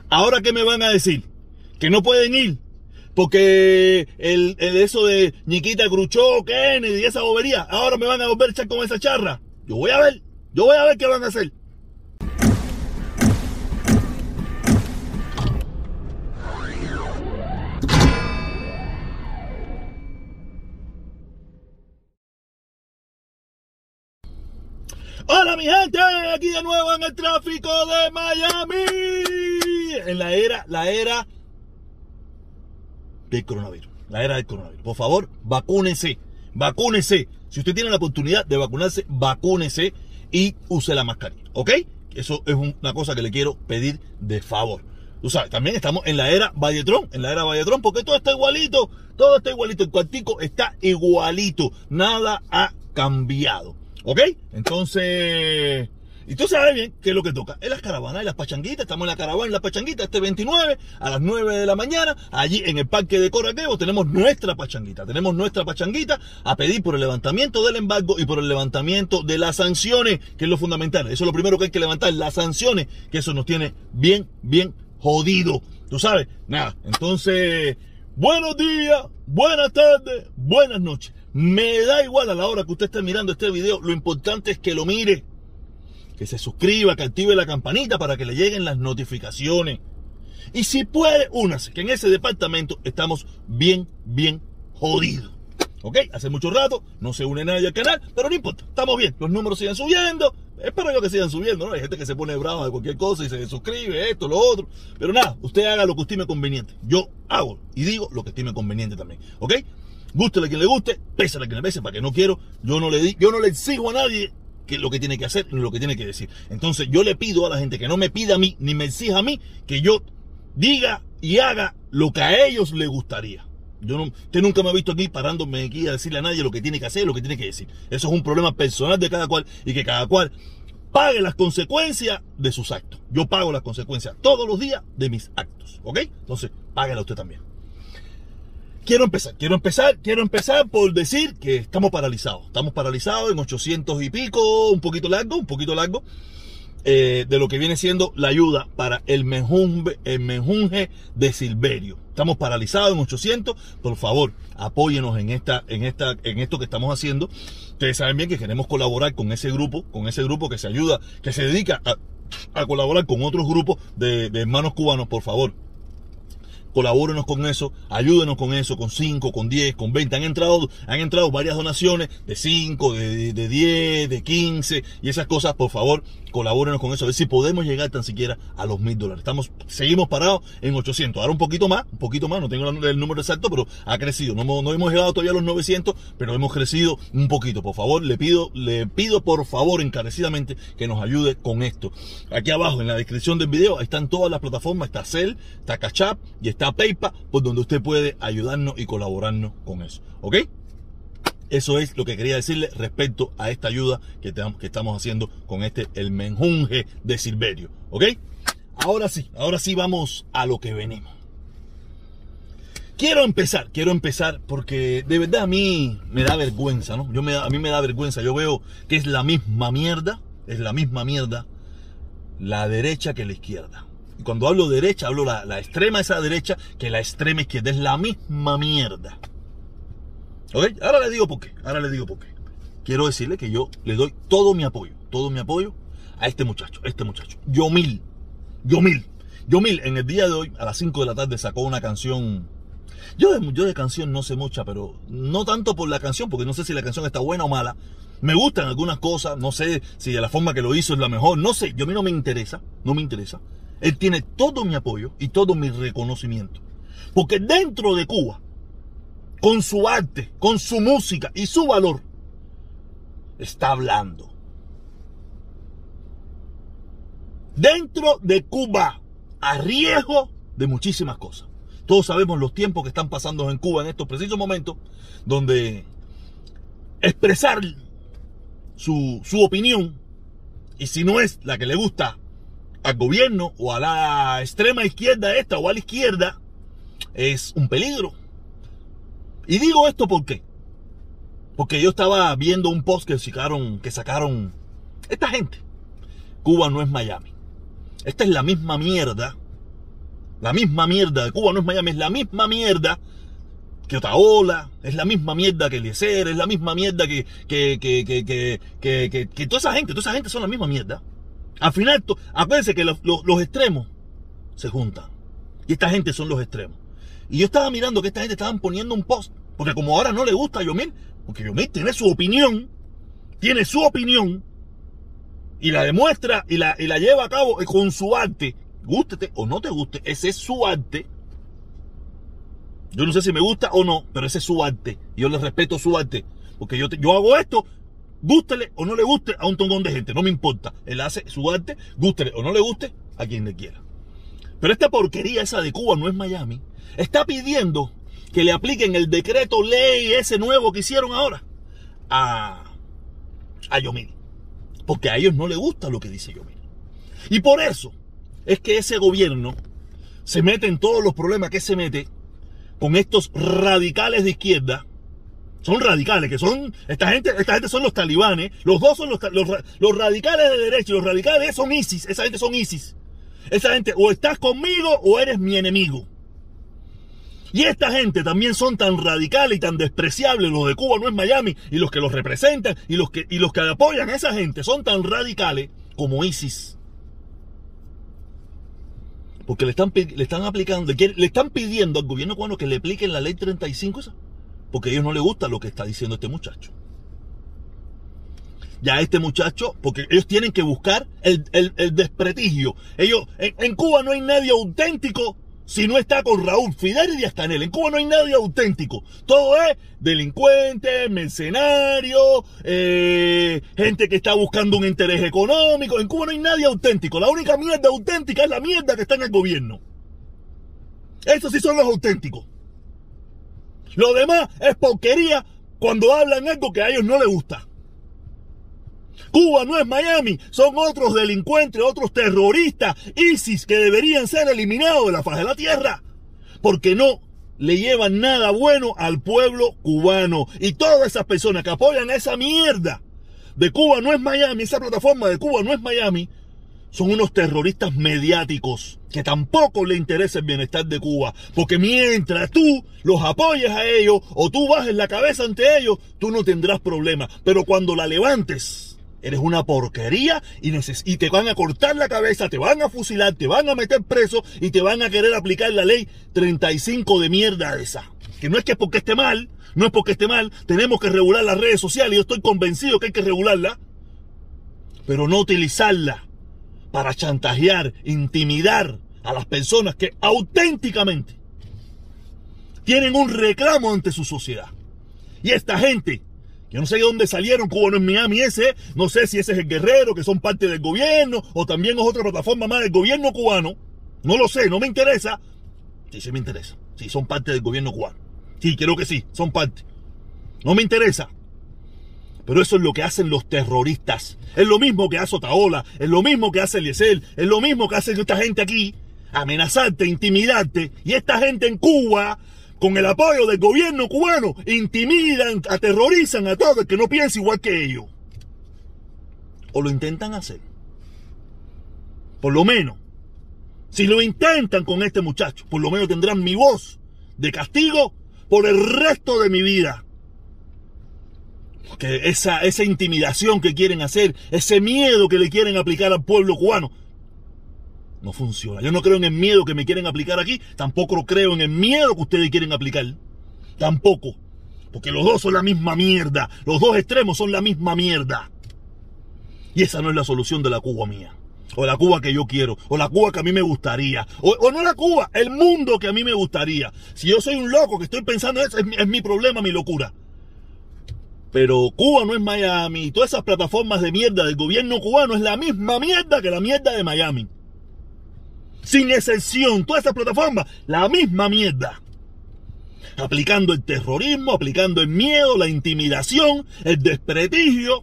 Ahora, ¿qué me van a decir? Que no pueden ir. Porque eso de Ñiquita Khrushchev, Kennedy y esa bobería, ahora me van a volver a echar con esa charra. Yo voy a ver qué van a hacer. Hola mi gente, aquí de nuevo en el tráfico de Miami. En la era del coronavirus. La era del coronavirus. Por favor, vacúnese. Si usted tiene la oportunidad de vacunarse, vacúnese y use la mascarilla. ¿Ok? Eso es una cosa que le quiero pedir de favor. Tú sabes, también estamos en la era Valletrón. Porque todo está igualito. El cuartico está igualito. Nada ha cambiado. ¿Ok? Entonces, y tú sabes bien qué es lo que toca. En las caravanas y las pachanguitas. Estamos en la caravana y las pachanguitas este 29 a las 9 de la mañana. Allí en el parque de Coraquebo tenemos nuestra pachanguita. A pedir por el levantamiento del embargo y por el levantamiento de las sanciones, que es lo fundamental. Eso es lo primero que hay que levantar, las sanciones, que eso nos tiene bien jodido. Tú sabes, nada. Entonces, buenos días, buenas tardes, buenas noches. Me da igual a la hora que usted esté mirando este video. Lo importante es que lo mire, que se suscriba, que active la campanita para que le lleguen las notificaciones. Y si puede, únase, que en ese departamento estamos bien jodidos. ¿Ok? Hace mucho rato no se une nadie al canal, pero no importa, estamos bien. Los números siguen subiendo. Espero yo que sigan subiendo, ¿no? Hay gente que se pone brava de cualquier cosa y se suscribe, esto, lo otro. Pero nada, usted haga lo que estime conveniente. Yo hago y digo lo que estime conveniente también. ¿Ok? Gústele a quien le guste, pésale a quien le pese, para que no quiero, yo no le exijo a nadie que lo que tiene que hacer ni lo que tiene que decir. Entonces yo le pido a la gente que no me pida a mí, ni me exija a mí, que yo diga y haga lo que a ellos les gustaría. Usted nunca me ha visto aquí parándome aquí a decirle a nadie lo que tiene que hacer, lo que tiene que decir. Eso es un problema personal de cada cual y que cada cual pague las consecuencias de sus actos. Yo pago las consecuencias todos los días de mis actos, ¿ok? Entonces, páguela usted también. Quiero empezar por decir que estamos paralizados. Estamos paralizados en 800 y pico, un poquito largo, de lo que viene siendo la ayuda para el menjunje de Silverio. Estamos paralizados en 800. Por favor, apóyenos en esto que estamos haciendo. Ustedes saben bien que queremos colaborar con ese grupo que se ayuda, que se dedica a colaborar con otros grupos de hermanos cubanos. Por favor, colabórenos con eso, ayúdenos con eso, con 5, con 10, con 20. Han entrado varias donaciones de 5, de 10, de 15 y esas cosas. Por favor, colabórenos con eso, a ver si podemos llegar tan siquiera a los $1000. Seguimos parados en 800. Ahora un poquito más, no tengo el número exacto, pero ha crecido. No hemos llegado todavía a los 900, pero hemos crecido un poquito. Por favor, le pido por favor encarecidamente que nos ayude con esto. Aquí abajo en la descripción del video ahí están todas las plataformas, está Zelle, está Cash App y está PayPal, por donde usted puede ayudarnos y colaborarnos con eso. ¿Ok? Eso es lo que quería decirle respecto a esta ayuda que estamos haciendo con el menjunje de Silverio. ¿Ok? Ahora sí vamos a lo que venimos. Quiero empezar porque de verdad a mí me da vergüenza, ¿no? A mí me da vergüenza. Yo veo que es la misma mierda la derecha que la izquierda. Y cuando hablo de derecha, hablo la extrema esa derecha que la extrema izquierda. Es la misma mierda. ¿Ok? Ahora le digo por qué. Quiero decirle que yo le doy todo mi apoyo a este muchacho. Yomil. En el día de hoy, a las 5 de la tarde, sacó una canción. Yo de canción no sé mucha, pero no tanto por la canción, porque no sé si la canción está buena o mala. Me gustan algunas cosas, no sé si de la forma que lo hizo es la mejor, no sé, a mí no me interesa. Él tiene todo mi apoyo y todo mi reconocimiento. Porque dentro de Cuba, con su arte, con su música y su valor, está hablando. Dentro de Cuba, a riesgo de muchísimas cosas. Todos sabemos los tiempos que están pasando en Cuba en estos precisos momentos, donde expresar su opinión, y si no es la que le gusta al gobierno o a la extrema izquierda esta o a la izquierda, es un peligro. Y digo esto ¿por qué? Porque yo estaba viendo un post que sacaron esta gente. Cuba no es Miami. Esta es la misma mierda La misma mierda de Cuba no es Miami, es la misma mierda que Otaola, es la misma mierda que Eliezer, es la misma mierda que toda esa gente son la misma mierda. Al final, acuérdense que los extremos se juntan. Y esta gente son los extremos. Y yo estaba mirando que esta gente estaban poniendo un post, porque como ahora no le gusta a Yomil, porque Yomil tiene su opinión, y la demuestra y la lleva a cabo con su arte. Gústete o no te guste, ese es su arte. Yo no sé si me gusta o no, pero ese es su arte. Y yo le respeto su arte. Porque yo hago esto, gústele o no le guste a un tongón de gente, no me importa. Él hace su arte, gústele o no le guste a quien le quiera. Pero esta porquería esa de Cuba no es Miami, está pidiendo que le apliquen el decreto ley ese nuevo que hicieron ahora a Yomil. Porque a ellos no les gusta lo que dice Yomil. Y por eso es que ese gobierno se mete en todos los problemas que se mete con estos radicales de izquierda. Son radicales, que son, esta gente son los talibanes, los dos son los radicales de derecha y los radicales son ISIS, esa gente son ISIS. Esa gente o estás conmigo o eres mi enemigo. Y esta gente también son tan radicales y tan despreciables, los de Cuba no es Miami, y los que los representan y los que apoyan a esa gente son tan radicales como ISIS. Porque le están aplicando, le están pidiendo al gobierno cubano que le apliquen la ley 35 esa. Porque a ellos no les gusta lo que está diciendo este muchacho. Ya este muchacho, porque ellos tienen que buscar el desprestigio. Ellos, en Cuba no hay nadie auténtico si no está con Raúl, Fidel y Díaz-Canel. En Cuba no hay nadie auténtico. Todo es delincuente, mercenario, gente que está buscando un interés económico. En Cuba no hay nadie auténtico. La única mierda auténtica es la mierda que está en el gobierno. Esos sí son los auténticos. Lo demás es porquería cuando hablan algo que a ellos no les gusta. Cuba no es Miami, son otros delincuentes, otros terroristas, ISIS, que deberían ser eliminados de la faz de la tierra, porque no le llevan nada bueno al pueblo cubano. Y todas esas personas que apoyan a esa mierda de Cuba no es Miami, esa plataforma de Cuba no es Miami, son unos terroristas mediáticos que tampoco le interesa el bienestar de Cuba, porque mientras tú los apoyes a ellos o tú bajes la cabeza ante ellos, tú no tendrás problema. Pero cuando la levantes, eres una porquería y te van a cortar la cabeza, te van a fusilar, te van a meter preso y te van a querer aplicar la ley 35 de mierda esa. Que no es que porque esté mal, no es porque esté mal, tenemos que regular las redes sociales, yo estoy convencido que hay que regularla, pero no utilizarla para chantajear, intimidar a las personas que auténticamente tienen un reclamo ante su sociedad. Y esta gente, yo no sé de dónde salieron, Cuba no es Miami ese, no sé si ese es el Guerrero, que son parte del gobierno, o también es otra plataforma más del gobierno cubano, no lo sé, no me interesa. Sí me interesa, sí, son parte del gobierno cubano, sí, creo que sí, son parte, no me interesa. Pero eso es lo que hacen los terroristas. Es lo mismo que hace Otaola, es lo mismo que hace Eliezer, es lo mismo que hace esta gente aquí. Amenazarte, intimidarte. Y esta gente en Cuba, con el apoyo del gobierno cubano, intimidan, aterrorizan a todo el que no piensa igual que ellos. O lo intentan hacer. Por lo menos, si lo intentan con este muchacho, por lo menos tendrán mi voz de castigo por el resto de mi vida. Que esa intimidación que quieren hacer, ese miedo que le quieren aplicar al pueblo cubano, no funciona. Yo no creo en el miedo que me quieren aplicar aquí, tampoco creo en el miedo que ustedes quieren aplicar. Tampoco. Porque los dos son la misma mierda. Los dos extremos son la misma mierda. Y esa no es la solución de la Cuba mía. O la Cuba que yo quiero. O la Cuba que a mí me gustaría. O no la Cuba, el mundo que a mí me gustaría. Si yo soy un loco que estoy pensando eso, es mi problema, mi locura. Pero Cuba no es Miami, y todas esas plataformas de mierda del gobierno cubano es la misma mierda que la mierda de Miami. Sin excepción, todas esas plataformas, la misma mierda. Aplicando el terrorismo, aplicando el miedo, la intimidación, el desprestigio.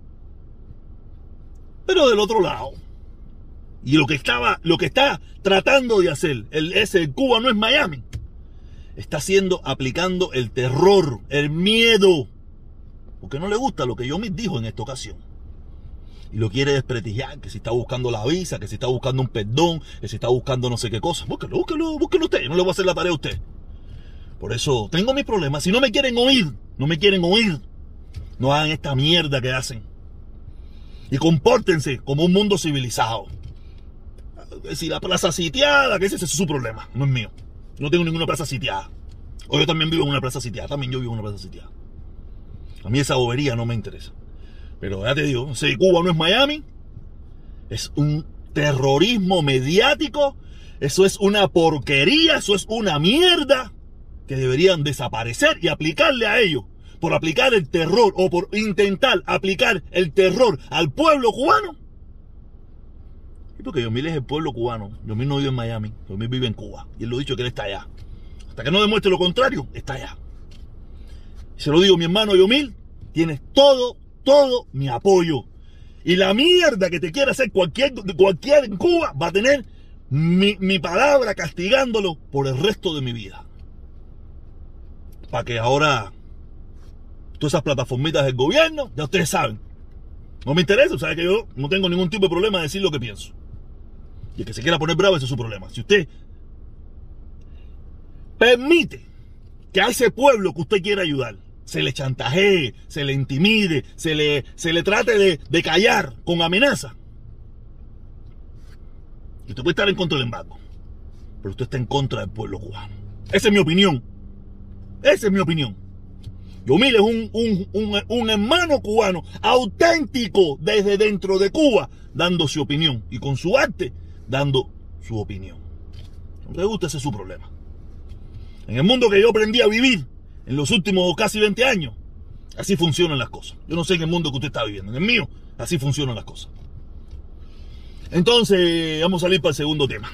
Pero del otro lado. Y lo que está tratando de hacer ese Cuba no es Miami, está aplicando el terror, el miedo. Porque no le gusta lo que Yomil dijo en esta ocasión. y lo quiere desprestigiar, que si está buscando la visa, que si está buscando un perdón, que si está buscando no sé qué cosa. Búsquelo usted, yo no le voy a hacer la tarea a usted. Por eso tengo mis problemas. Si no me quieren oír, no hagan esta mierda que hacen. Y compórtense como un mundo civilizado. Si la plaza sitiada, que ese es su problema, no es mío. No tengo ninguna plaza sitiada. O yo también vivo en una plaza sitiada, A mí esa bobería no me interesa. Pero ya te digo, si Cuba no es Miami, es un terrorismo mediático, eso es una porquería, eso es una mierda que deberían desaparecer y aplicarle a ellos por aplicar el terror o por intentar aplicar el terror al pueblo cubano. Y porque Yomil es el pueblo cubano, Yomil no vive en Miami, Yomil vive en Cuba. Y él lo ha dicho que él está allá. Hasta que no demuestre lo contrario, está allá. Se lo digo, mi hermano Yomil, tienes todo mi apoyo. Y la mierda que te quiera hacer cualquier en Cuba va a tener mi palabra castigándolo por el resto de mi vida. Para que ahora todas esas plataformitas del gobierno, ya ustedes saben. No me interesa, sabe que yo no tengo ningún tipo de problema de decir lo que pienso. Y el que se quiera poner bravo, ese es su problema. Si usted permite que a ese pueblo que usted quiere ayudar se le chantajee, se le intimide, se le trate de callar con amenaza, y usted puede estar en contra del embargo, pero usted está en contra del pueblo cubano. Esa es mi opinión. Yomil es un hermano cubano auténtico desde dentro de Cuba, dando su opinión y con su arte dando su opinión. No le gusta, ese es su problema. En el mundo que yo aprendí a vivir en los últimos casi 20 años, así funcionan las cosas. Yo no sé en el mundo que usted está viviendo, en el mío, así funcionan las cosas. Entonces, vamos a salir para el segundo tema.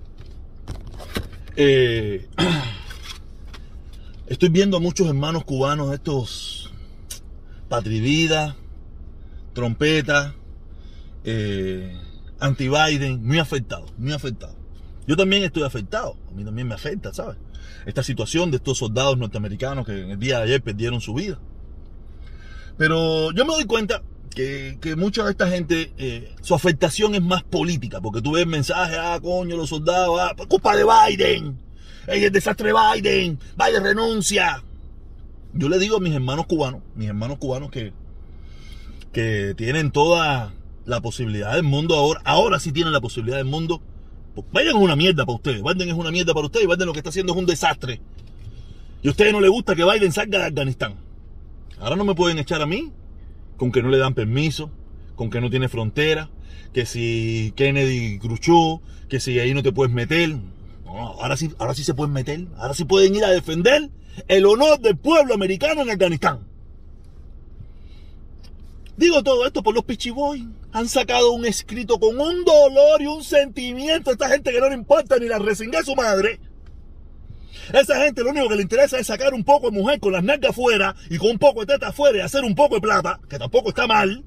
Estoy viendo a muchos hermanos cubanos, estos Patrivida, Trompeta, anti-Biden, muy afectados. Yo también estoy afectado, a mí también me afecta, ¿sabes? Esta situación de estos soldados norteamericanos que en el día de ayer perdieron su vida. Pero yo me doy cuenta que mucha de esta gente, su afectación es más política, porque tú ves mensajes, coño, los soldados, por culpa de Biden, el desastre de Biden renuncia. Yo le digo a mis hermanos cubanos que tienen toda la posibilidad del mundo ahora sí tienen la posibilidad del mundo. Biden es una mierda para ustedes, Biden es una mierda para ustedes, Biden lo que está haciendo es un desastre. Y a ustedes no les gusta que Biden salga de Afganistán. Ahora no me pueden echar a mí con que no le dan permiso, con que no tiene frontera, que si Kennedy Khrushchev, que si ahí no te puedes meter. No, ahora sí se pueden meter, ahora sí pueden ir a defender el honor del pueblo americano en Afganistán. Digo todo esto por los Pichiboy. Han sacado un escrito con un dolor y un sentimiento a esta gente que no le importa ni la resinga de su madre. Esa gente lo único que le interesa es sacar un poco de mujer con las nalgas afuera y con un poco de teta afuera y hacer un poco de plata, que tampoco está mal.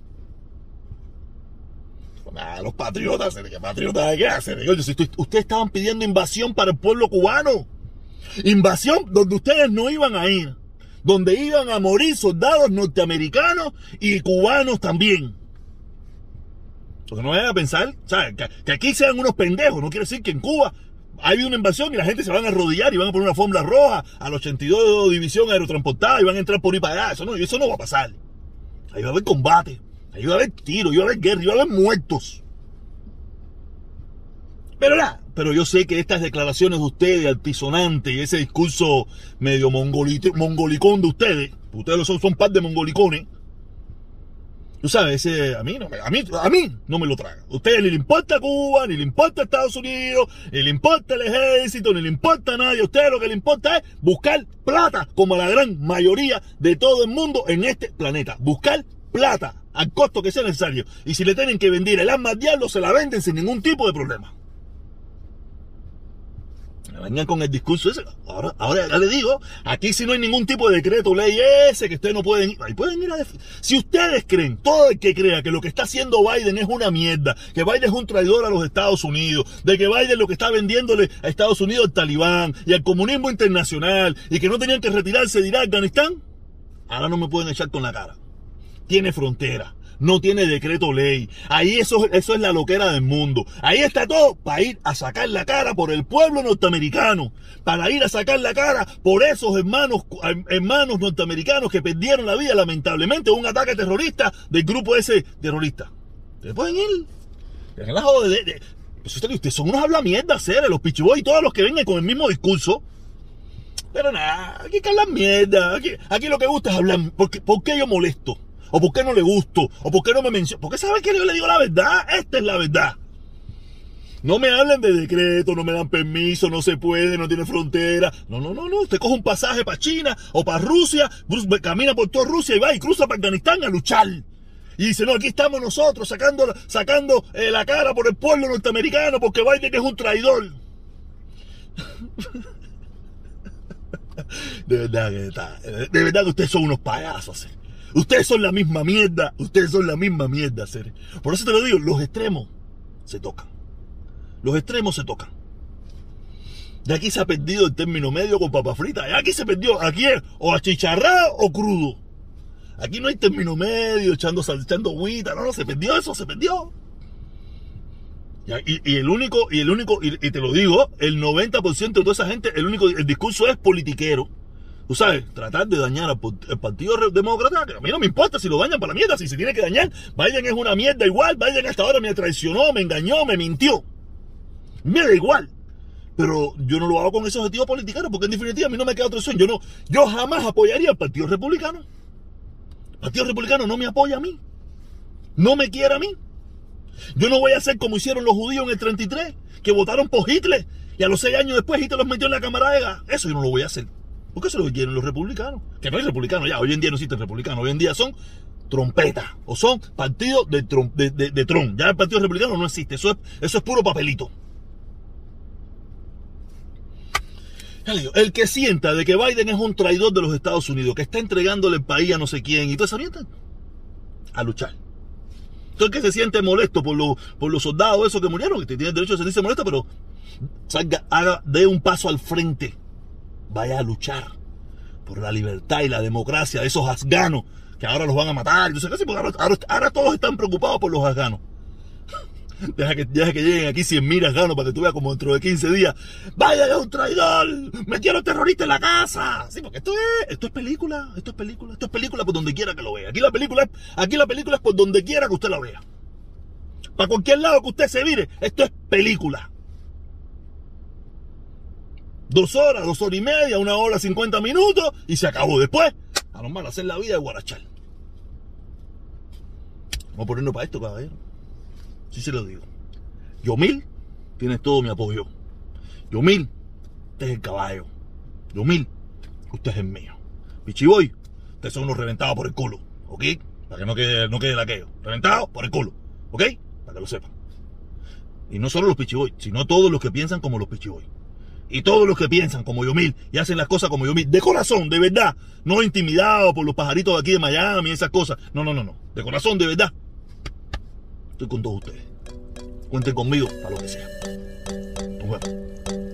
Los patriotas, ¿qué patriotas hay que hacer? Ustedes estaban pidiendo invasión para el pueblo cubano. Invasión donde ustedes no iban a ir. Donde iban a morir soldados norteamericanos y cubanos también. Porque no vayan a pensar, ¿sabes? Que aquí sean unos pendejos. No quiere decir que en Cuba hay una invasión y la gente se van a arrodillar y van a poner una alfombra roja a la 82 División Aerotransportada y van a entrar por ahí para allá. Eso no va a pasar. Ahí va a haber combate, ahí va a haber tiros, ahí va a haber guerra, ahí va a haber muertos. Pero yo sé que estas declaraciones de ustedes altisonantes y ese discurso medio mongolicón de ustedes son un par de mongolicones. Tú sabes, a mí no me lo traga. A ustedes ni le importa Cuba, ni le importa Estados Unidos, ni le importa el ejército, ni le importa a nadie. A ustedes lo que le importa es buscar plata, como la gran mayoría de todo el mundo en este planeta. Buscar plata, al costo que sea necesario. Y si le tienen que vender el arma al diablo, se la venden sin ningún tipo de problema. Vengan con el discurso ese. Ahora ya le digo, aquí si no hay ningún tipo de decreto, ley ese, que ustedes no pueden ir. Ahí pueden ir a defender. Si ustedes creen, todo el que crea que lo que está haciendo Biden es una mierda, que Biden es un traidor a los Estados Unidos, de que Biden lo que está vendiéndole a Estados Unidos al Talibán y al comunismo internacional, y que no tenían que retirarse de Irak, Afganistán, ahora no me pueden echar con la cara. Tiene frontera. no tiene decreto ley. Ahí eso es la loquera del mundo. Ahí está todo para ir a sacar la cara por el pueblo norteamericano, para ir a sacar la cara por esos hermanos norteamericanos que perdieron la vida lamentablemente en un ataque terrorista del grupo ese terrorista. Ustedes pueden ir. Dejen la joda pues ustedes son unos hablamierdas, seres, los pichiboy y todos los que vengan con el mismo discurso. Pero nada, aquí hay que hablar mierda. Aquí lo que gusta es hablar. ¿Por qué yo molesto? ¿O por qué no le gusto? ¿O por qué no me menciono? Porque saben que yo le digo la verdad. Esta es la verdad. No me hablen de decreto, no me dan permiso, no se puede, no tiene frontera. No. Usted coge un pasaje para China o para Rusia, camina por toda Rusia y va y cruza para Afganistán a luchar. Y dice, no, aquí estamos nosotros sacando la cara por el pueblo norteamericano porque Biden es un traidor. De verdad que ustedes son unos payasos, ¿sí? Ustedes son la misma mierda, ¿sí? Por eso te lo digo, los extremos se tocan. Los extremos se tocan. De aquí se ha perdido el término medio con papa frita. Aquí se perdió, aquí es o achicharrado o crudo. Aquí no hay término medio, echando agüita, no, se perdió eso, se perdió. Y el único, y te lo digo, el 90% de toda esa gente, el discurso es politiquero. Tú sabes, tratar de dañar al Partido Demócrata, que a mí no me importa si lo dañan para la mierda, si se tiene que dañar. Biden es una mierda igual, Biden hasta ahora me traicionó, me engañó, me mintió. Me da igual. Pero yo no lo hago con ese objetivo politiquero, porque en definitiva a mí no me queda otra opción. Yo jamás apoyaría al Partido Republicano. El Partido Republicano no me apoya a mí. No me quiere a mí. Yo no voy a hacer como hicieron los judíos en el 33, que votaron por Hitler, y a los 6 años después Hitler los metió en la cámara de gas. Eso yo no lo voy a hacer. Porque eso es lo que quieren los republicanos. Que no hay republicanos ya, hoy en día no existen republicanos, hoy en día son trompetas, o son partidos de Trump. Ya el Partido Republicano no existe, eso es puro papelito. El que sienta de que Biden es un traidor de los Estados Unidos, que está entregándole el país a no sé quién y toda esa mierda, a luchar. Todo el que se siente molesto por los soldados esos que murieron, que tienen derecho a sentirse molesto, pero dé un paso al frente. Vaya a luchar por la libertad y la democracia de esos afganos que ahora los van a matar. Yo sé casi porque ahora todos están preocupados por los afganos. Deja que lleguen aquí 100.000 afganos para que tú veas como dentro de 15 días. ¡Vaya, es un traidor! ¡Metieron terroristas en la casa! Sí, porque esto es película. Esto es película por donde quiera que lo vea. Aquí la película es por donde quiera que usted la vea. Para cualquier lado que usted se vire, esto es película. 2 horas, 2 horas y media, 1 hora 50 minutos y se acabó. Después, a normal hacer la vida de guarachal. Vamos a ponernos para esto, caballero. Sí se lo digo. Yomil, tienes todo mi apoyo. Yomil, usted es el caballo. Yomil, usted es el mío. Pichiboy, ustedes son unos reventados por el culo. ¿Ok? Para que no quede laqueo. Reventados por el culo. ¿Ok? Para que lo sepan. Y no solo los Pichiboy, sino todos los que piensan como los Pichiboy. Y todos los que piensan como Yomil y hacen las cosas como Yomil, de corazón, de verdad, no intimidados por los pajaritos de aquí de Miami y esas cosas. No. De corazón, de verdad. Estoy con todos ustedes. Cuenten conmigo para lo que sea. Nos vemos.